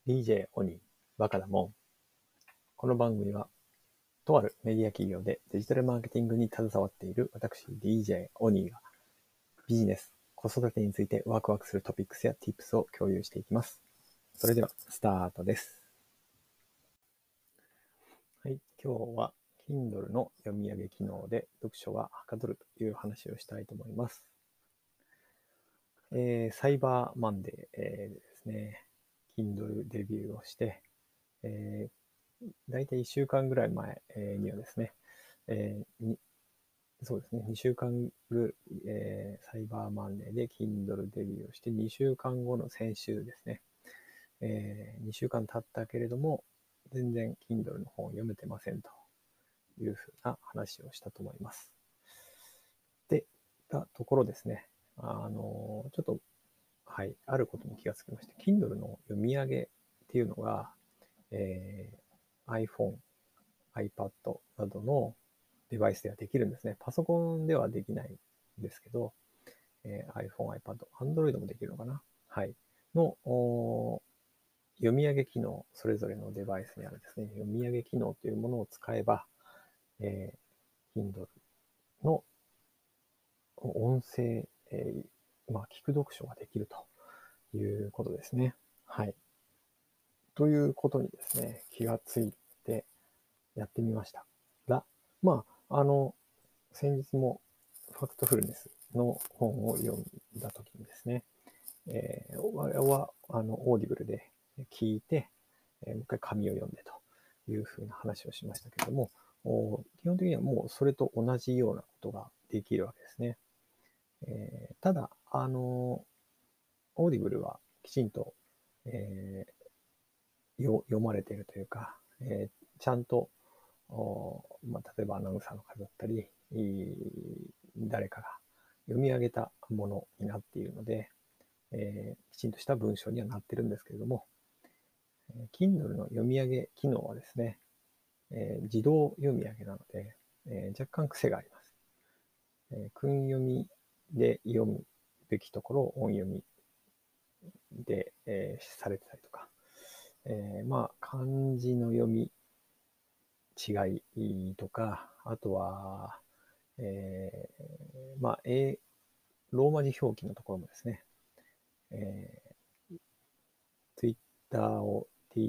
DJ オニー、バカだもん。この番組は、とあるメディア企業でデジタルマーケティングに携わっている私 DJ オニーがビジネス、子育てについてワクワクするトピックスや Tips を共有していきます。それではスタートです。はい、今日は Kindle の読み上げ機能で読書ははかどるという話をしたいと思います。サイバーマンデー、ですね、Kindle デビューをして、大体1週間ぐらい前にはですね、そうですね、2週間ぐ、サイバーマンデーで Kindle デビューをして、2週間後の先週ですね、2週間経ったけれども、全然 Kindle の本を読めてませんというふうな話をしたと思います。で、たところですね、ちょっと、はい、あることに気がつきまして、Kindle の読み上げっていうのが、iPhone、iPad などのデバイスではできるんですね。パソコンではできないんですけど、iPhone、iPad、Android もできるのかな、はい。の読み上げ機能、それぞれのデバイスにあるですね、読み上げ機能というものを使えば、Kindle の音声、聞く読書ができるということですね。はい。ということにですね、気がついてやってみましたが、先日もファクトフルネスの本を読んだときにですね、我々はオーディブルで聞いて、もう一回紙を読んでというふうな話をしましたけれども、基本的にはもうそれと同じようなことができるわけですね。ただ、オーディブルはきちんと、え読まれているというか、ちゃんと、例えばアナウンサーの方だったり、誰かが読み上げたものになっているので、きちんとした文章にはなってるんですけれども、Kindle の読み上げ機能はですね、自動読み上げなので、若干癖があります。訓読みで読むべきところを音読みで、されてたりとか、漢字の読み違いとか、あとは、えローマ字表記のところもですね、Twitter を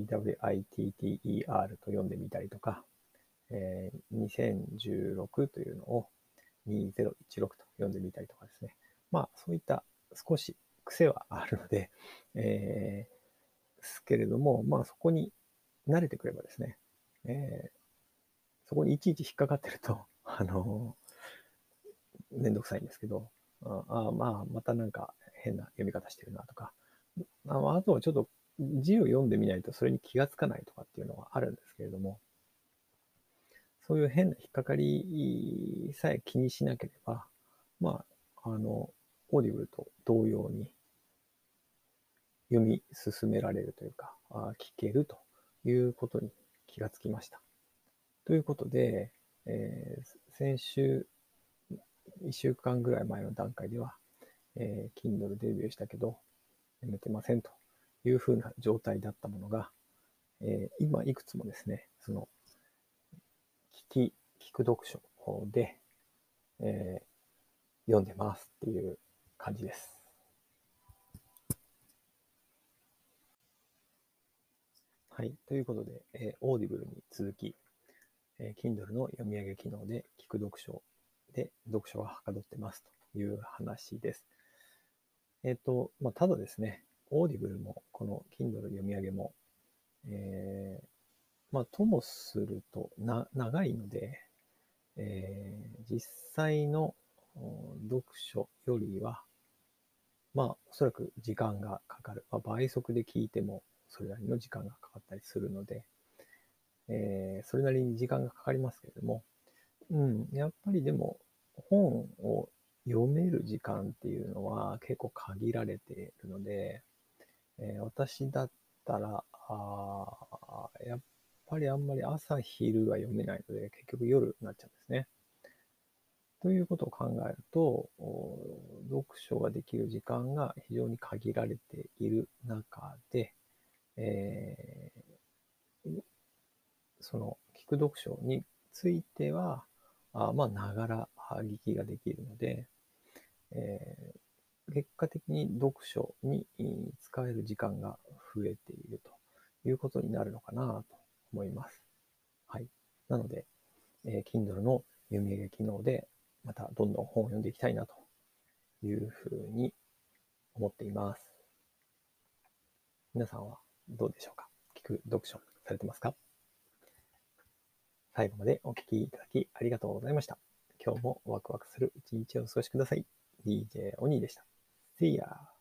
TWITTER と読んでみたりとか、2016というのを2016と読んでみたりとかですね。そういった少し癖はあるので、ですけれども、そこに慣れてくればですね、そこにいちいち引っかかってると、めんどくさいんですけど、またなんか変な読み方してるなとか、あとはちょっと字を読んでみないとそれに気がつかないとかっていうのはあるんですけれども、そういう変な引っかかりさえ気にしなければ、オーディブルと同様に読み進められるというか、聞けるということに気がつきました。ということで、先週1週間ぐらい前の段階では、Kindle デビューしたけど、読めてませんというふうな状態だったものが、今いくつもですね、その聞く読書で、え読んでますっていう感じです。はい。ということで、オーディブルに続き、Kindle の読み上げ機能で聞く読書で読書がはかどってますという話です。ただですね、オーディブルもこの Kindle 読み上げも、ともすると長いので、実際の読書よりは、おそらく時間がかかる。倍速で聞いてもそれなりの時間がかかったりするので、それなりに時間がかかりますけれども、やっぱりでも本を読める時間っていうのは結構限られているので、私だったら、やっぱりあんまり朝昼は読めないので、結局夜になっちゃうんですね。ということを考えると、読書ができる時間が非常に限られている中で、 聞く読書については、ながら聞きができるので、結果的に読書に使える時間が増えているということになるのかなと思います。はい。なので、Kindle の読み上げ機能で、またどんどん本を読んでいきたいなというふうに思っています。皆さんはどうでしょうか？聞く読書されてますか？最後までお聞きいただきありがとうございました。今日もワクワクする一日をお過ごしください。DJ オニーでした。See ya!